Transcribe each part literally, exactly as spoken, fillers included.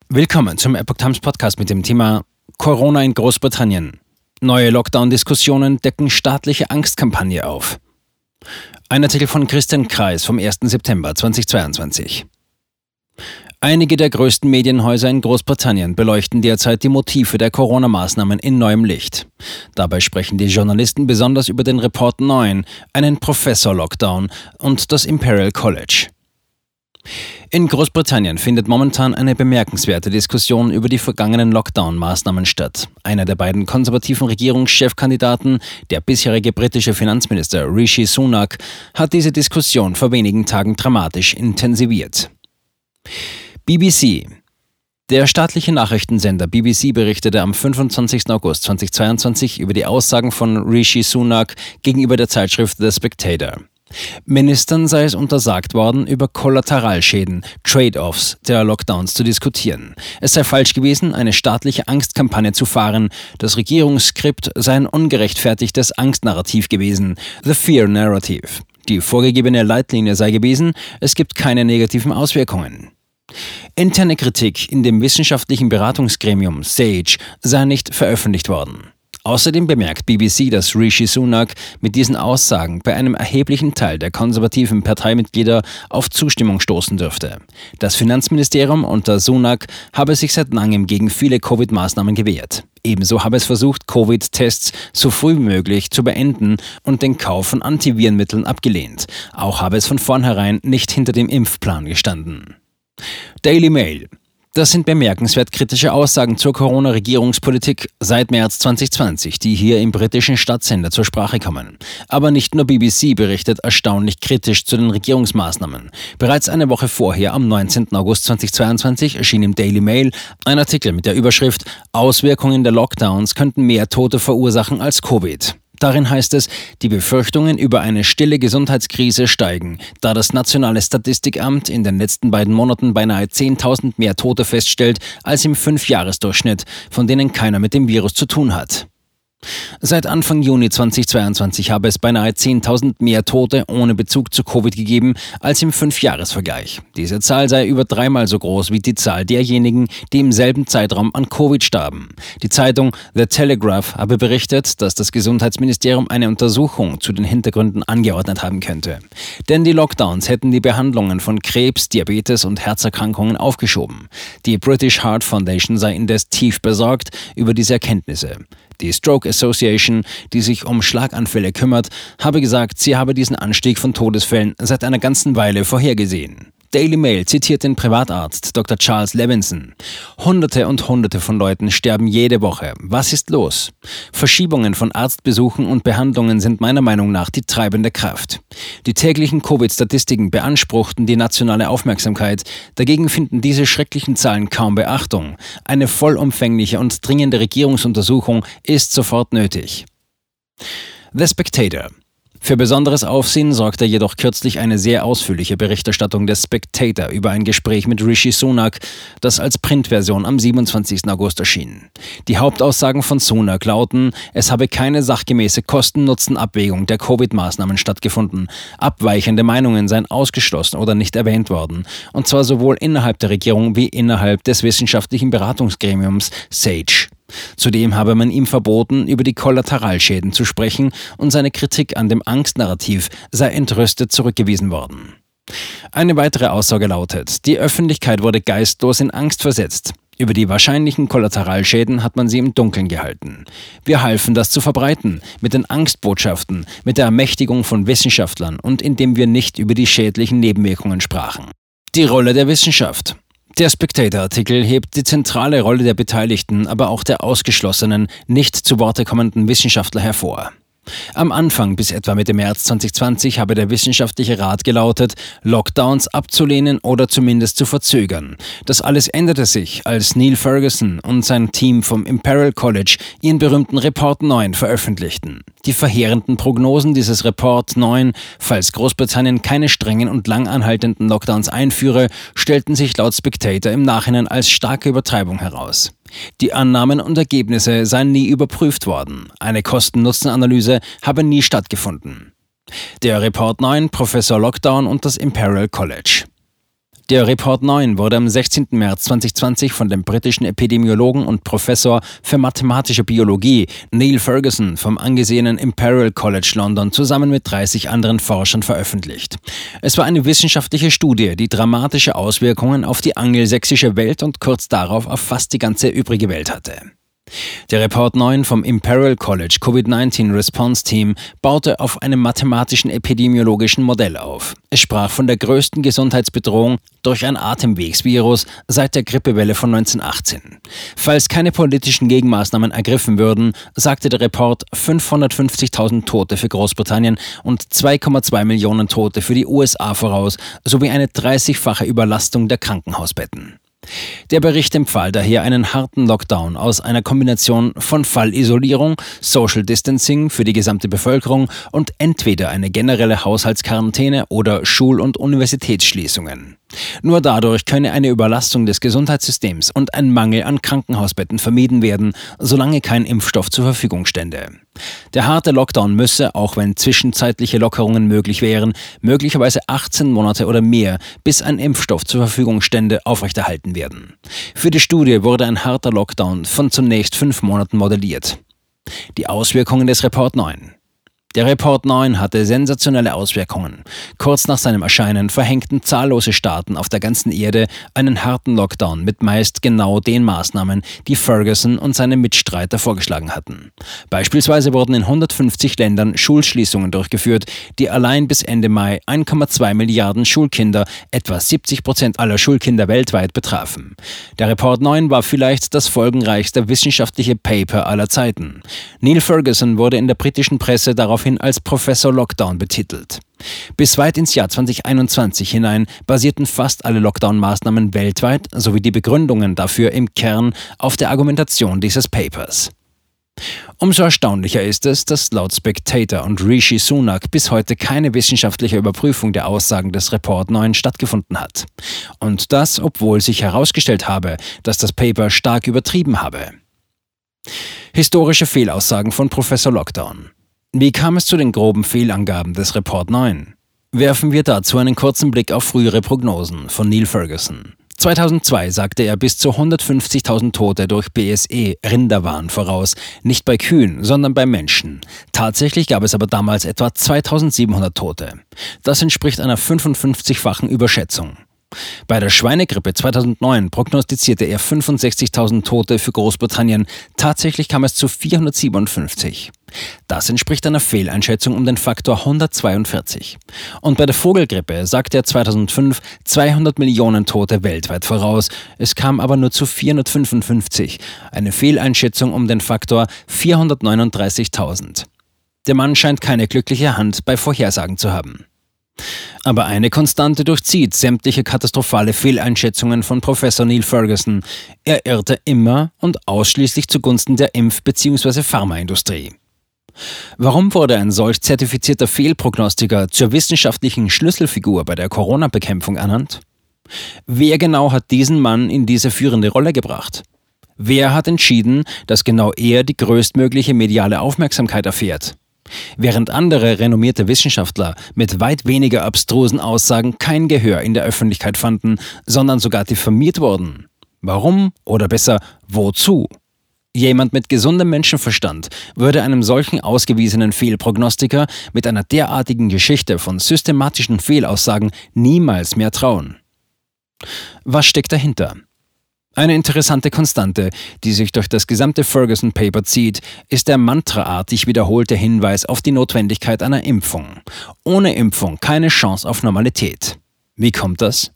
Willkommen zum Epoch Times Podcast mit dem Thema Corona in Großbritannien. Neue Lockdown-Diskussionen decken staatliche Angstkampagne auf. Ein Artikel von Christian Kreis vom ersten September zweitausendzweiundzwanzig. Einige der größten Medienhäuser in Großbritannien beleuchten derzeit die Motive der Corona-Maßnahmen in neuem Licht. Dabei sprechen die Journalisten besonders über den Report neun, einen Professor-Lockdown und das Imperial College. In Großbritannien findet momentan eine bemerkenswerte Diskussion über die vergangenen Lockdown-Maßnahmen statt. Einer der beiden konservativen Regierungschefkandidaten, der bisherige britische Finanzminister Rishi Sunak, hat diese Diskussion vor wenigen Tagen dramatisch intensiviert. B B C. Der staatliche Nachrichtensender B B C berichtete am fünfundzwanzigsten August zweitausendzweiundzwanzig über die Aussagen von Rishi Sunak gegenüber der Zeitschrift The Spectator. Ministern sei es untersagt worden, über Kollateralschäden, Trade-offs der Lockdowns zu diskutieren. Es sei falsch gewesen, eine staatliche Angstkampagne zu fahren. Das Regierungsskript sei ein ungerechtfertigtes Angstnarrativ gewesen, the Fear Narrative. Die vorgegebene Leitlinie sei gewesen, es gibt keine negativen Auswirkungen. Interne Kritik in dem wissenschaftlichen Beratungsgremium SAGE sei nicht veröffentlicht worden. Außerdem bemerkt B B C, dass Rishi Sunak mit diesen Aussagen bei einem erheblichen Teil der konservativen Parteimitglieder auf Zustimmung stoßen dürfte. Das Finanzministerium unter Sunak habe sich seit langem gegen viele Covid-Maßnahmen gewehrt. Ebenso habe es versucht, Covid-Tests so früh wie möglich zu beenden und den Kauf von Antivirenmitteln abgelehnt. Auch habe es von vornherein nicht hinter dem Impfplan gestanden. Daily Mail. Das sind bemerkenswert kritische Aussagen zur Corona-Regierungspolitik seit März zweitausendzwanzig, die hier im britischen Stadtsender zur Sprache kommen. Aber nicht nur B B C berichtet erstaunlich kritisch zu den Regierungsmaßnahmen. Bereits eine Woche vorher, am neunzehnten August zweitausendzweiundzwanzig, erschien im Daily Mail ein Artikel mit der Überschrift „Auswirkungen der Lockdowns könnten mehr Tote verursachen als Covid“. Darin heißt es, die Befürchtungen über eine stille Gesundheitskrise steigen, da das Nationale Statistikamt in den letzten beiden Monaten beinahe zehntausend mehr Tote feststellt als im Fünfjahresdurchschnitt, von denen keiner mit dem Virus zu tun hat. Seit Anfang Juni zweitausendzweiundzwanzig habe es beinahe zehntausend mehr Tote ohne Bezug zu Covid gegeben als im Fünfjahresvergleich. Diese Zahl sei über dreimal so groß wie die Zahl derjenigen, die im selben Zeitraum an Covid starben. Die Zeitung The Telegraph habe berichtet, dass das Gesundheitsministerium eine Untersuchung zu den Hintergründen angeordnet haben könnte. Denn die Lockdowns hätten die Behandlungen von Krebs, Diabetes und Herzerkrankungen aufgeschoben. Die British Heart Foundation sei indes tief besorgt über diese Erkenntnisse. Die Stroke Association, die sich um Schlaganfälle kümmert, habe gesagt, sie habe diesen Anstieg von Todesfällen seit einer ganzen Weile vorhergesehen. Daily Mail zitiert den Privatarzt Doktor Charles Levinson. Hunderte und Hunderte von Leuten sterben jede Woche. Was ist los? Verschiebungen von Arztbesuchen und Behandlungen sind meiner Meinung nach die treibende Kraft. Die täglichen Covid-Statistiken beanspruchten die nationale Aufmerksamkeit. Dagegen finden diese schrecklichen Zahlen kaum Beachtung. Eine vollumfängliche und dringende Regierungsuntersuchung ist sofort nötig. The Spectator. Für besonderes Aufsehen sorgte jedoch kürzlich eine sehr ausführliche Berichterstattung des Spectator über ein Gespräch mit Rishi Sunak, das als Printversion am siebenundzwanzigsten August erschien. Die Hauptaussagen von Sunak lauten, es habe keine sachgemäße Kosten-Nutzen-Abwägung der Covid-Maßnahmen stattgefunden, abweichende Meinungen seien ausgeschlossen oder nicht erwähnt worden, und zwar sowohl innerhalb der Regierung wie innerhalb des wissenschaftlichen Beratungsgremiums SAGE. Zudem habe man ihm verboten, über die Kollateralschäden zu sprechen und seine Kritik an dem Angstnarrativ sei entrüstet zurückgewiesen worden. Eine weitere Aussage lautet, die Öffentlichkeit wurde geistlos in Angst versetzt. Über die wahrscheinlichen Kollateralschäden hat man sie im Dunkeln gehalten. Wir halfen, das zu verbreiten, mit den Angstbotschaften, mit der Ermächtigung von Wissenschaftlern und indem wir nicht über die schädlichen Nebenwirkungen sprachen. Die Rolle der Wissenschaft. Der Spectator-Artikel hebt die zentrale Rolle der Beteiligten, aber auch der ausgeschlossenen, nicht zu Worte kommenden Wissenschaftler hervor. Am Anfang bis etwa Mitte März zweitausendzwanzig habe der wissenschaftliche Rat gelautet, Lockdowns abzulehnen oder zumindest zu verzögern. Das alles änderte sich, als Neil Ferguson und sein Team vom Imperial College ihren berühmten Report neun veröffentlichten. Die verheerenden Prognosen dieses Report neun, falls Großbritannien keine strengen und lang anhaltenden Lockdowns einführe, stellten sich laut Spectator im Nachhinein als starke Übertreibung heraus. Die Annahmen und Ergebnisse seien nie überprüft worden. Eine Kosten-Nutzen-Analyse habe nie stattgefunden. Der Report neun, Professor Lockdown und das Imperial College. Der Report neun wurde am sechzehnten März zweitausendzwanzig von dem britischen Epidemiologen und Professor für mathematische Biologie Neil Ferguson vom angesehenen Imperial College London zusammen mit dreißig anderen Forschern veröffentlicht. Es war eine wissenschaftliche Studie, die dramatische Auswirkungen auf die angelsächsische Welt und kurz darauf auf fast die ganze übrige Welt hatte. Der Report neun vom Imperial College Covid neunzehn Response Team baute auf einem mathematischen epidemiologischen Modell auf. Es sprach von der größten Gesundheitsbedrohung durch ein Atemwegsvirus seit der Grippewelle von neunzehnhundertachtzehn. Falls keine politischen Gegenmaßnahmen ergriffen würden, sagte der Report fünfhundertfünfzigtausend Tote für Großbritannien und zwei Komma zwei Millionen Tote für die U S A voraus, sowie eine dreißigfache Überlastung der Krankenhausbetten. Der Bericht empfahl daher einen harten Lockdown aus einer Kombination von Fallisolierung, Social Distancing für die gesamte Bevölkerung und entweder eine generelle Haushaltsquarantäne oder Schul- und Universitätsschließungen. Nur dadurch könne eine Überlastung des Gesundheitssystems und ein Mangel an Krankenhausbetten vermieden werden, solange kein Impfstoff zur Verfügung stände. Der harte Lockdown müsse, auch wenn zwischenzeitliche Lockerungen möglich wären, möglicherweise achtzehn Monate oder mehr, bis ein Impfstoff zur Verfügung stände, aufrechterhalten werden. Für die Studie wurde ein harter Lockdown von zunächst fünf Monaten modelliert. Die Auswirkungen des Report neun. Der Report neun hatte sensationelle Auswirkungen. Kurz nach seinem Erscheinen verhängten zahllose Staaten auf der ganzen Erde einen harten Lockdown mit meist genau den Maßnahmen, die Ferguson und seine Mitstreiter vorgeschlagen hatten. Beispielsweise wurden in hundertfünfzig Ländern Schulschließungen durchgeführt, die allein bis Ende Mai eins Komma zwei Milliarden Schulkinder, etwa siebzig Prozent aller Schulkinder weltweit, betrafen. Der Report neun war vielleicht das folgenreichste wissenschaftliche Paper aller Zeiten. Neil Ferguson wurde in der britischen Presse darauf als Professor Lockdown betitelt. Bis weit ins Jahr zweitausendeinundzwanzig hinein basierten fast alle Lockdown-Maßnahmen weltweit sowie die Begründungen dafür im Kern auf der Argumentation dieses Papers. Umso erstaunlicher ist es, dass laut Spectator und Rishi Sunak bis heute keine wissenschaftliche Überprüfung der Aussagen des Report neun stattgefunden hat. Und das, obwohl sich herausgestellt habe, dass das Paper stark übertrieben habe. Historische Fehlaussagen von Professor Lockdown. Wie kam es zu den groben Fehlangaben des Report neun? Werfen wir dazu einen kurzen Blick auf frühere Prognosen von Neil Ferguson. zweitausendzwei sagte er bis zu hundertfünfzigtausend Tote durch B S E, Rinderwahn, voraus, nicht bei Kühen, sondern bei Menschen. Tatsächlich gab es aber damals etwa zweitausendsiebenhundert Tote. Das entspricht einer fünfundfünfzigfachen Überschätzung. Bei der Schweinegrippe zweitausendneun prognostizierte er fünfundsechzigtausend Tote für Großbritannien, tatsächlich kam es zu vierhundertsiebenundfünfzig. Das entspricht einer Fehleinschätzung um den Faktor hundertzweiundvierzig. Und bei der Vogelgrippe sagte er zweitausendfünf zweihundert Millionen Tote weltweit voraus, es kam aber nur zu vierhundertfünfundfünfzig, eine Fehleinschätzung um den Faktor vierhundertneununddreißigtausend. Der Mann scheint keine glückliche Hand bei Vorhersagen zu haben. Aber eine Konstante durchzieht sämtliche katastrophale Fehleinschätzungen von Professor Neil Ferguson. Er irrte immer und ausschließlich zugunsten der Impf- bzw. Pharmaindustrie. Warum wurde ein solch zertifizierter Fehlprognostiker zur wissenschaftlichen Schlüsselfigur bei der Corona-Bekämpfung ernannt? Wer genau hat diesen Mann in diese führende Rolle gebracht? Wer hat entschieden, dass genau er die größtmögliche mediale Aufmerksamkeit erfährt? Während andere renommierte Wissenschaftler mit weit weniger abstrusen Aussagen kein Gehör in der Öffentlichkeit fanden, sondern sogar diffamiert wurden. Warum oder besser, wozu? Jemand mit gesundem Menschenverstand würde einem solchen ausgewiesenen Fehlprognostiker mit einer derartigen Geschichte von systematischen Fehlaussagen niemals mehr trauen. Was steckt dahinter? Eine interessante Konstante, die sich durch das gesamte Ferguson-Paper zieht, ist der mantraartig wiederholte Hinweis auf die Notwendigkeit einer Impfung. Ohne Impfung keine Chance auf Normalität. Wie kommt das?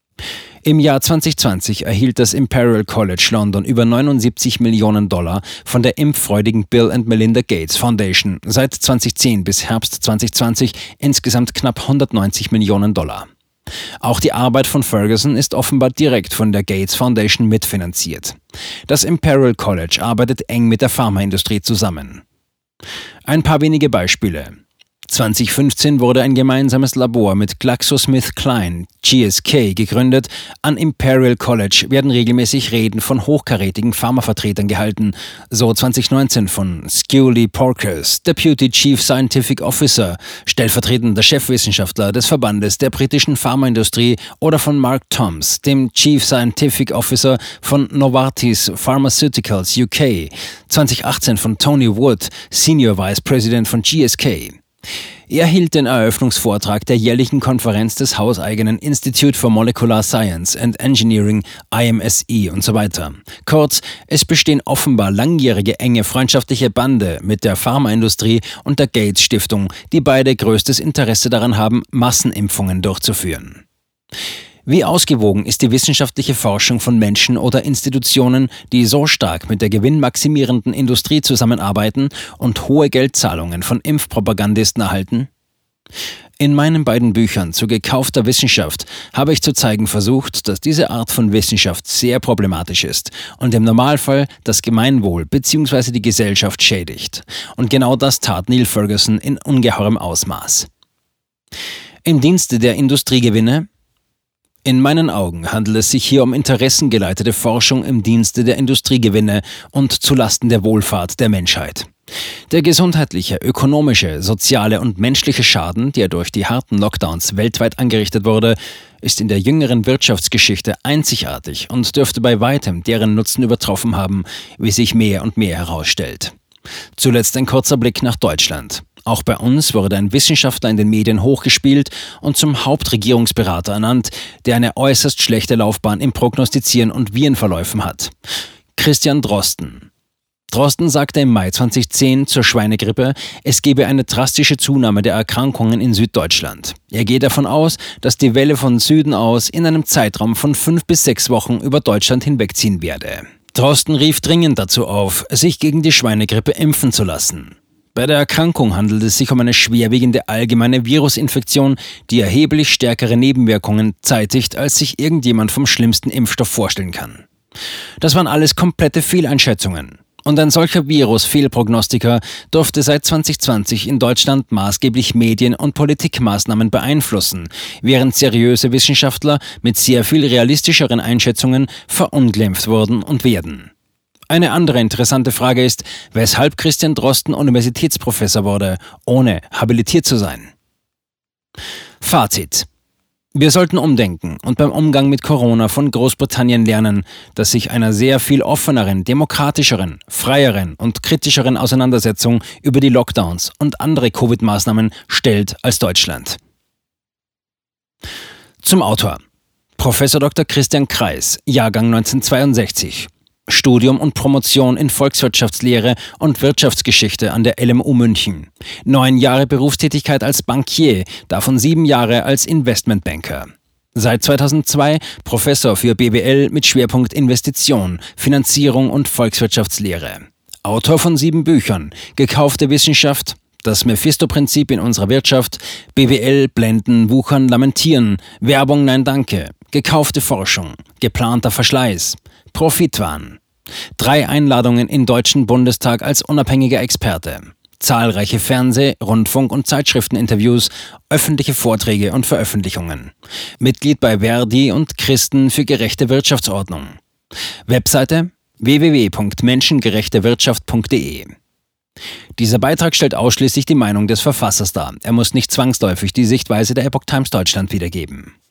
Im Jahr zweitausendzwanzig erhielt das Imperial College London über neunundsiebzig Millionen Dollar von der impffreudigen Bill and Melinda Gates Foundation, seit zweitausendzehn bis Herbst zweitausendzwanzig insgesamt knapp hundertneunzig Millionen Dollar. Auch die Arbeit von Ferguson ist offenbar direkt von der Gates Foundation mitfinanziert. Das Imperial College arbeitet eng mit der Pharmaindustrie zusammen. Ein paar wenige Beispiele. zwanzig fünfzehn wurde ein gemeinsames Labor mit GlaxoSmithKline, G S K, gegründet. An Imperial College werden regelmäßig Reden von hochkarätigen Pharmavertretern gehalten, so zwanzig neunzehn von Scully Porkes, Deputy Chief Scientific Officer, stellvertretender Chefwissenschaftler des Verbandes der britischen Pharmaindustrie, oder von Mark Toms, dem Chief Scientific Officer von Novartis Pharmaceuticals U K, zwanzig achtzehn von Tony Wood, Senior Vice President von G S K. Er hielt den Eröffnungsvortrag der jährlichen Konferenz des hauseigenen Institute for Molecular Science and Engineering, I M S E und so weiter. Kurz, es bestehen offenbar langjährige enge freundschaftliche Bande mit der Pharmaindustrie und der Gates Stiftung, die beide größtes Interesse daran haben, Massenimpfungen durchzuführen. Wie ausgewogen ist die wissenschaftliche Forschung von Menschen oder Institutionen, die so stark mit der gewinnmaximierenden Industrie zusammenarbeiten und hohe Geldzahlungen von Impfpropagandisten erhalten? In meinen beiden Büchern zu gekaufter Wissenschaft habe ich zu zeigen versucht, dass diese Art von Wissenschaft sehr problematisch ist und im Normalfall das Gemeinwohl bzw. die Gesellschaft schädigt. Und genau das tat Neil Ferguson in ungeheurem Ausmaß. Im Dienste der Industriegewinne? In meinen Augen handelt es sich hier um interessengeleitete Forschung im Dienste der Industriegewinne und zulasten der Wohlfahrt der Menschheit. Der gesundheitliche, ökonomische, soziale und menschliche Schaden, der durch die harten Lockdowns weltweit angerichtet wurde, ist in der jüngeren Wirtschaftsgeschichte einzigartig und dürfte bei weitem deren Nutzen übertroffen haben, wie sich mehr und mehr herausstellt. Zuletzt ein kurzer Blick nach Deutschland. Auch bei uns wurde ein Wissenschaftler in den Medien hochgespielt und zum Hauptregierungsberater ernannt, der eine äußerst schlechte Laufbahn im Prognostizieren und Virenverläufen hat. Christian Drosten. Drosten sagte im Mai zweitausendzehn zur Schweinegrippe, es gebe eine drastische Zunahme der Erkrankungen in Süddeutschland. Er geht davon aus, dass die Welle von Süden aus in einem Zeitraum von fünf bis sechs Wochen über Deutschland hinwegziehen werde. Drosten rief dringend dazu auf, sich gegen die Schweinegrippe impfen zu lassen. Bei der Erkrankung handelt es sich um eine schwerwiegende allgemeine Virusinfektion, die erheblich stärkere Nebenwirkungen zeitigt, als sich irgendjemand vom schlimmsten Impfstoff vorstellen kann. Das waren alles komplette Fehleinschätzungen. Und ein solcher Virus-Fehlprognostiker durfte seit zwanzig zwanzig in Deutschland maßgeblich Medien- und Politikmaßnahmen beeinflussen, während seriöse Wissenschaftler mit sehr viel realistischeren Einschätzungen verunglimpft wurden und werden. Eine andere interessante Frage ist, weshalb Christian Drosten Universitätsprofessor wurde, ohne habilitiert zu sein. Fazit. Wir sollten umdenken und beim Umgang mit Corona von Großbritannien lernen, das sich einer sehr viel offeneren, demokratischeren, freieren und kritischeren Auseinandersetzung über die Lockdowns und andere Covid-Maßnahmen stellt als Deutschland. Zum Autor. Professor Doktor Christian Kreis, Jahrgang neunzehnhundertzweiundsechzig. Studium und Promotion in Volkswirtschaftslehre und Wirtschaftsgeschichte an der L M U München. Neun Jahre Berufstätigkeit als Bankier, davon sieben Jahre als Investmentbanker. Seit zweitausendzwei Professor für B W L mit Schwerpunkt Investition, Finanzierung und Volkswirtschaftslehre. Autor von sieben Büchern, Gekaufte Wissenschaft, Das Mephisto-Prinzip in unserer Wirtschaft, B W L, Blenden, Wuchern, Lamentieren, Werbung, nein danke, Gekaufte Forschung, Geplanter Verschleiß, Profitwahn. Drei Einladungen in Deutschen Bundestag als unabhängiger Experte. Zahlreiche Fernseh-, Rundfunk- und Zeitschrifteninterviews, öffentliche Vorträge und Veröffentlichungen. Mitglied bei Verdi und Christen für gerechte Wirtschaftsordnung. Webseite w w w punkt menschengerechtewirtschaft punkt d e. Dieser Beitrag stellt ausschließlich die Meinung des Verfassers dar. Er muss nicht zwangsläufig die Sichtweise der Epoch Times Deutschland wiedergeben.